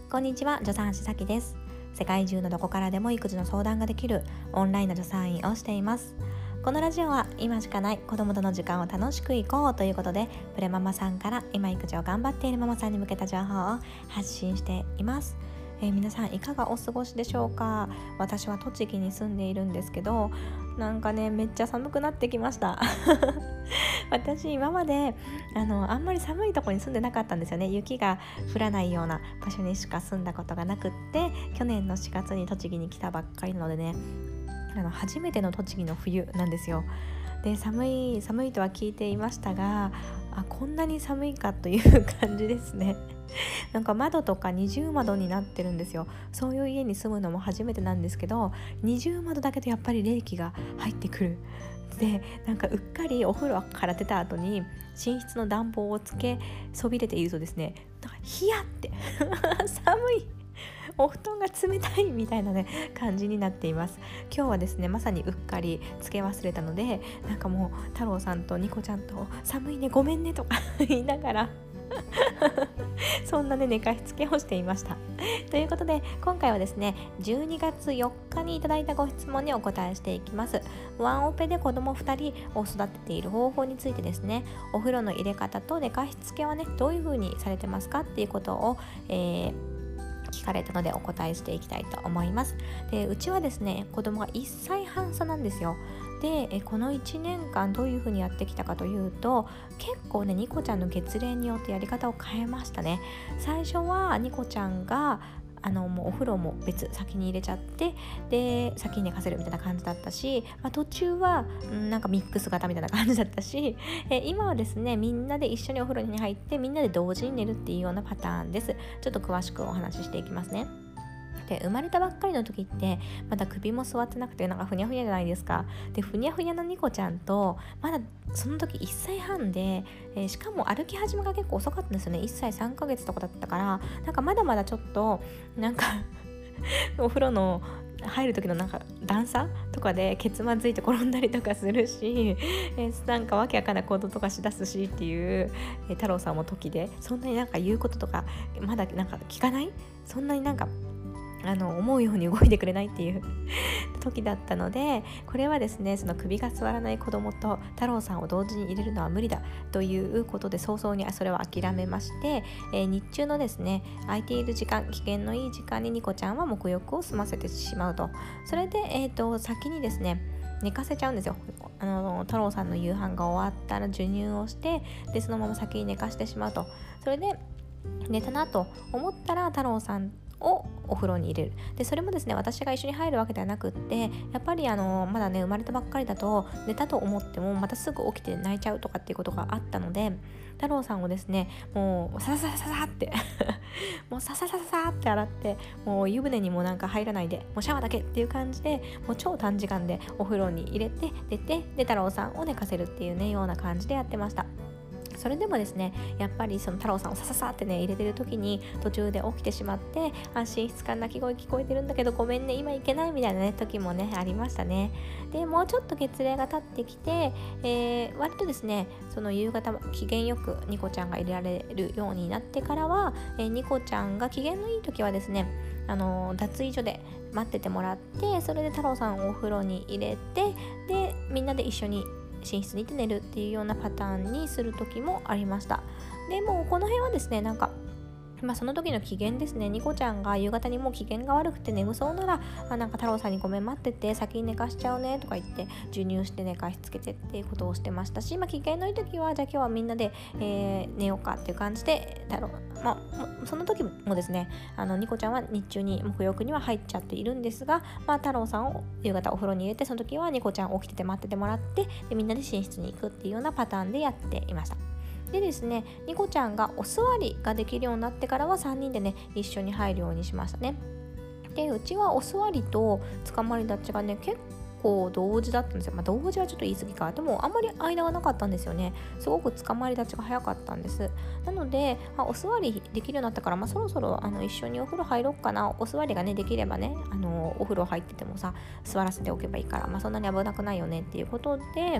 こんにちは、助産師さきです。世界中のどこからでも育児の相談ができるオンラインの助産院をしています。このラジオは今しかない子供との時間を楽しくいこうということで、プレママさんから今育児を頑張っているママさんに向けた情報を発信しています。皆さんいかがお過ごしでしょうか。私は栃木に住んでいるんですけど、なんかねめっちゃ寒くなってきました私今まであんまり寒いところに住んでなかったんですよね。雪が降らないような場所にしか住んだことがなくって、去年の4月に栃木に来たばっかりなのでね、初めての栃木の冬なんですよ。で寒いとは聞いていましたが、こんなに寒いかという感じですねなんか窓とか二重窓になってるんですよ。そういう家に住むのも初めてなんですけど、二重窓だけどやっぱり冷気が入ってくる。でなんかうっかりお風呂から出た後に寝室の暖房をつけそびれているとですね、なんかヒヤって寒い、お布団が冷たいみたいなね感じになっています。今日はですねまさにうっかりつけ忘れたので、なんかもう太郎さんとニコちゃんと寒いねごめんねとか言いながらそんなね寝かしつけをしていましたということで、今回はですね12月4日にいただいたご質問にお答えしていきます。ワンオペで子供2人を育てている方法についてですね、お風呂の入れ方と寝かしつけはねどういう風にされてますかっていうことを、聞かれたのでお答えしていきたいと思います。でうちはですね子供が1歳半差なんですよ。でこの1年間どういう風にやってきたかというと、結構ねニコちゃんの月齢によってやり方を変えましたね。最初はニコちゃんがもうお風呂も別先に入れちゃって、で先に寝かせるみたいな感じだったし、途中はなんかミックス型みたいな感じだったし、今はですねみんなで一緒にお風呂に入ってみんなで同時に寝るっていうようなパターンです。ちょっと詳しくお話ししていきますね。で生まれたばっかりの時ってまだ首も座ってなくてなんかふにゃふにゃじゃないですか。でふにゃふにゃのニコちゃんとまだその時1歳半で、しかも歩き始めが結構遅かったんですよね。1歳3ヶ月とかだったから、なんかまだまだちょっとなんかお風呂の入る時のなんか段差とかでケツまずいて転んだりとかするし、なんかわけわかんない行動とかしだすしっていう、太郎さんも時でそんなになんか言うこととかまだなんか聞かない、そんなになんか思うように動いてくれないっていう時だったので、これはですねその首が座らない子供と太郎さんを同時に入れるのは無理だということで早々にそれは諦めまして、日中のですね空いている時間、機嫌のいい時間にニコちゃんは沐浴を済ませてしまうと。それで、先にですね寝かせちゃうんですよ。太郎さんの夕飯が終わったら授乳をして、でそのまま先に寝かしてしまうと。それで寝たなと思ったら太郎さんをお風呂に入れる。でそれもですね私が一緒に入るわけではなくって、やっぱりまだね生まれたばっかりだと寝たと思ってもまたすぐ起きて泣いちゃうとかっていうことがあったので、太郎さんをですねもうサササササってもうサササササって洗って、もう湯船にもなんか入らないでもうシャワーだけっていう感じで、もう超短時間でお風呂に入れて出て、で太郎さんを寝かせるっていうねような感じでやってました。それでもですねやっぱりその太郎さんをさささってね入れてる時に途中で起きてしまって、寝室から泣き声聞こえてるんだけどごめんね今行けないみたいなね時もねありましたね。でもうちょっと月齢が経ってきて、割とですねその夕方機嫌よくニコちゃんが入れられるようになってからは、ニコちゃんが機嫌のいい時はですね脱衣所で待っててもらって、それで太郎さんをお風呂に入れて、でみんなで一緒に寝室にいて寝るっていうようなパターンにする時もありました。でもこの辺はですねなんかその時の機嫌ですね。ニコちゃんが夕方にもう機嫌が悪くて眠そうなら、なんか太郎さんにごめん待ってて先に寝かしちゃうねとか言って授乳して寝かしつけてっていうことをしてましたし、機嫌のいい時はじゃあ今日はみんなで、寝ようかっていう感じでその時もですねニコちゃんは日中に沐浴には入っちゃっているんですが、太郎さんを夕方お風呂に入れて、その時はニコちゃん起きてて待っててもらって、でみんなで寝室に行くっていうようなパターンでやっていました。でですねニコちゃんがお座りができるようになってからは3人でね一緒に入るようにしましたね。でうちはお座りとつかまり立ちがね結構同時だったんですよ。同時はちょっと言い過ぎか。でもあんまり間がなかったんですよね。すごくつかまり立ちが早かったんです。なので、お座りできるようになったから、そろそろ一緒にお風呂入ろうかな。お座りがねできればねお風呂入っててもさ座らせておけばいいから、そんなに危なくないよねっていうことで、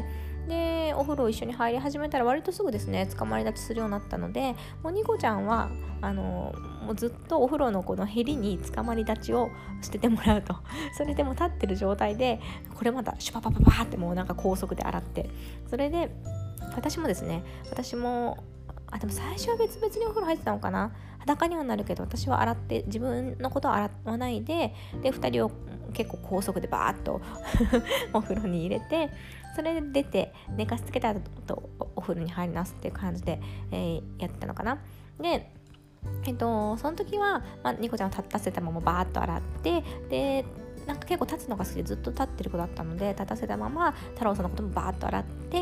でお風呂一緒に入り始めたら割とすぐですね捕まり立ちするようになったので、もうニコちゃんはもうずっとお風呂のこのへりに捕まり立ちをしててもらうとそれでも立ってる状態でこれまたシュパパパパってもうなんか高速で洗って、それで私もでも最初は別々にお風呂入ってたのかな。裸にはなるけど私は洗って自分のことは洗わないで2人を結構高速でバーッとお風呂に入れて、それで出て寝かしつけた後お風呂に入りますっていう感じで、やってたのかな。でその時は、ニコちゃんを立たせたままバーッと洗って、でなんか結構立つのが好きでずっと立ってる子だったので、立たせたまま太郎さんのこともバーッと洗って、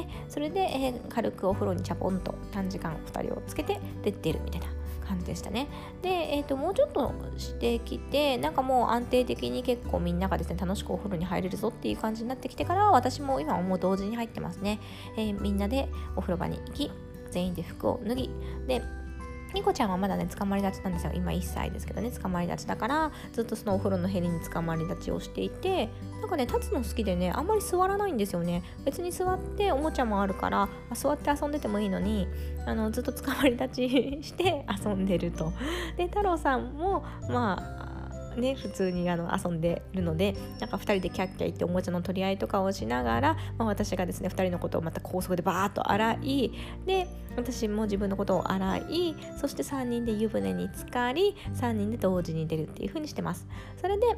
それで、軽くお風呂にチャポンと短時間2人をつけて出てるみたいな感じでしたね。で、もうちょっとしてきて、なんかもう安定的に結構みんながですね楽しくお風呂に入れるぞっていう感じになってきてから、私も今はもう同時に入ってますね。みんなでお風呂場に行き、全員で服を脱ぎ、でニコちゃんはまだね捕まり立ちなんですよ。今1歳ですけどね、捕まり立ちだからずっとそのお風呂のへりに捕まり立ちをしていて、なんかね立つの好きでねあんまり座らないんですよね。別に座っておもちゃもあるから座って遊んでてもいいのに、ずっと捕まり立ちして遊んでると。で太郎さんも普通に遊んでるので、なんか2人でキャッキャ言っておもちゃの取り合いとかをしながら、私がですね2人のことをまた高速でバーッと洗い、で私も自分のことを洗い、そして3人で湯船に浸かり、3人で同時に出るっていう風にしてます。それで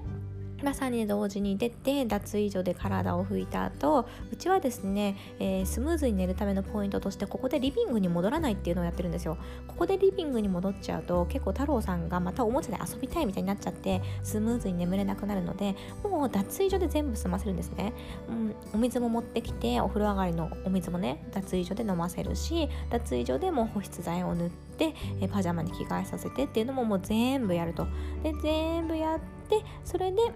3人で同時に出て脱衣所で体を拭いた後、うちはですね、スムーズに寝るためのポイントとしてここでリビングに戻らないっていうのをやってるんですよ。ここでリビングに戻っちゃうと結構太郎さんがまたおもちゃで遊びたいみたいになっちゃってスムーズに眠れなくなるので、もう脱衣所で全部済ませるんですね。お水も持ってきて、お風呂上がりのお水もね脱衣所で飲ませるし、脱衣所でも保湿剤を塗ってパジャマに着替えさせてっていうのももう全部やると。で全部やって、それで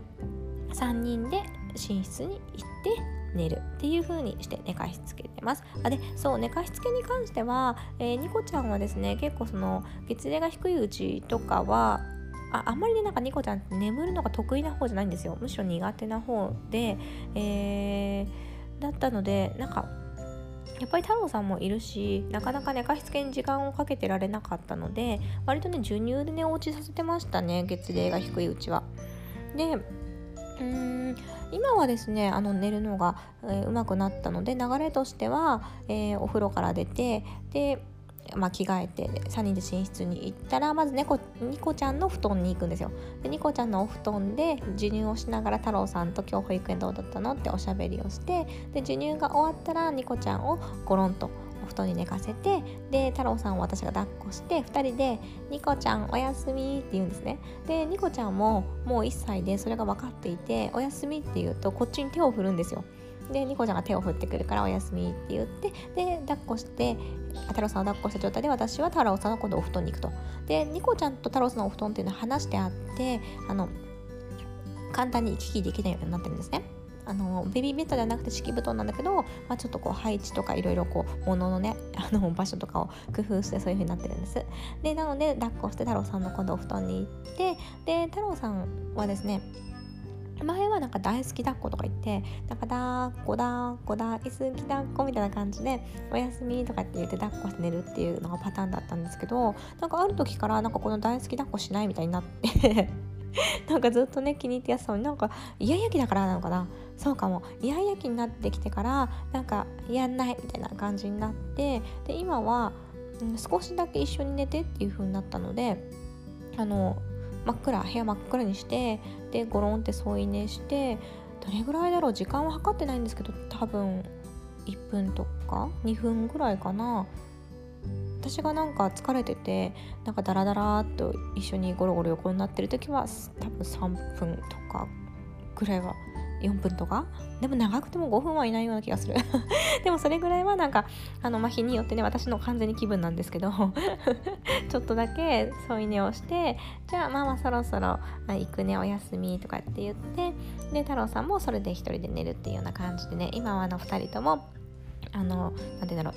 3人で寝室に行って寝るっていう風にして寝かしつけてます。寝かしつけに関しては、ニコちゃんはですね結構その月齢が低いうちとかはあんまりねなんかニコちゃんって眠るのが得意な方じゃないんですよ。むしろ苦手な方で、だったので、なんかやっぱり太郎さんもいるし、なかなか寝かしつけに時間をかけてられなかったので、割とね授乳でねお家させてましたね、月齢が低いうちは。で今はですね寝るのが、上手くなったので、流れとしては、お風呂から出て、で着替えて3人で寝室に行ったら、まずニコちゃんの布団に行くんですよ。でニコちゃんのお布団で授乳をしながら、太郎さんと今日保育園どうだったのっておしゃべりをして、で授乳が終わったらニコちゃんをゴロンとお布団に寝かせて、で太郎さんを私が抱っこして2人でニコちゃんおやすみって言うんですね。でニコちゃんももう1歳でそれが分かっていて、おやすみって言うとこっちに手を振るんですよ。でニコちゃんが手を振ってくるからおやすみって言って、で抱っこして太郎さんを抱っこした状態で私は太郎さんの今度お布団に行くと。でニコちゃんと太郎さんのお布団っていうのは離してあって、簡単に行き来できないようになってるんですね。ベビーベッドではなくて敷布団なんだけど、ちょっとこう配置とかいろいろこう物のね場所とかを工夫してそういう風になってるんです。でなので抱っこして太郎さんの今度お布団に行って、で太郎さんはですね前はなんか大好き抱っことか言って、なんか抱っこ大好き抱っこみたいな感じでおやすみとかって言って抱っこして寝るっていうのがパターンだったんですけど、なんかある時からなんかこの大好き抱っこしないみたいになってなんかずっとね気に入ってやってたのに、なんかイヤイヤ期だからなのかな、そうかも、イヤイヤ期になってきてからなんかやんないみたいな感じになって、で今は、少しだけ一緒に寝てっていう風になったので、部屋真っ暗にして、でゴロンって添い寝して、どれぐらいだろう、時間は測ってないんですけど多分1分とか2分ぐらいかな。私がなんか疲れててなんかダラダラっと一緒にゴロゴロ横になってる時は多分3分とかぐらいは、4分とか、でも長くても5分はいないような気がするでもそれぐらいはなんか日によってね、私の完全に気分なんですけどちょっとだけ添い寝をして、じゃあママそろそろ行くねおやすみとかって言って、で太郎さんもそれで一人で寝るっていうような感じでね、今は2人ともなんて言うんだろう、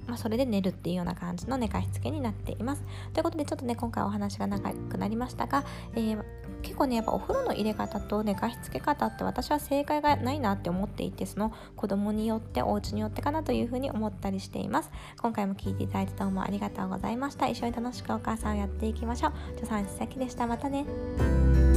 それで寝るっていうような感じの寝かしつけになっています。ということでちょっとね今回お話が長くなりましたが、結構ねやっぱお風呂の入れ方と寝かしつけ方って私は正解がないなって思っていて、その子供によってお家によってかなというふうに思ったりしています。今回も聞いていただいてどうもありがとうございました。一緒に楽しくお母さんをやっていきましょう。助産師さきでした。またね。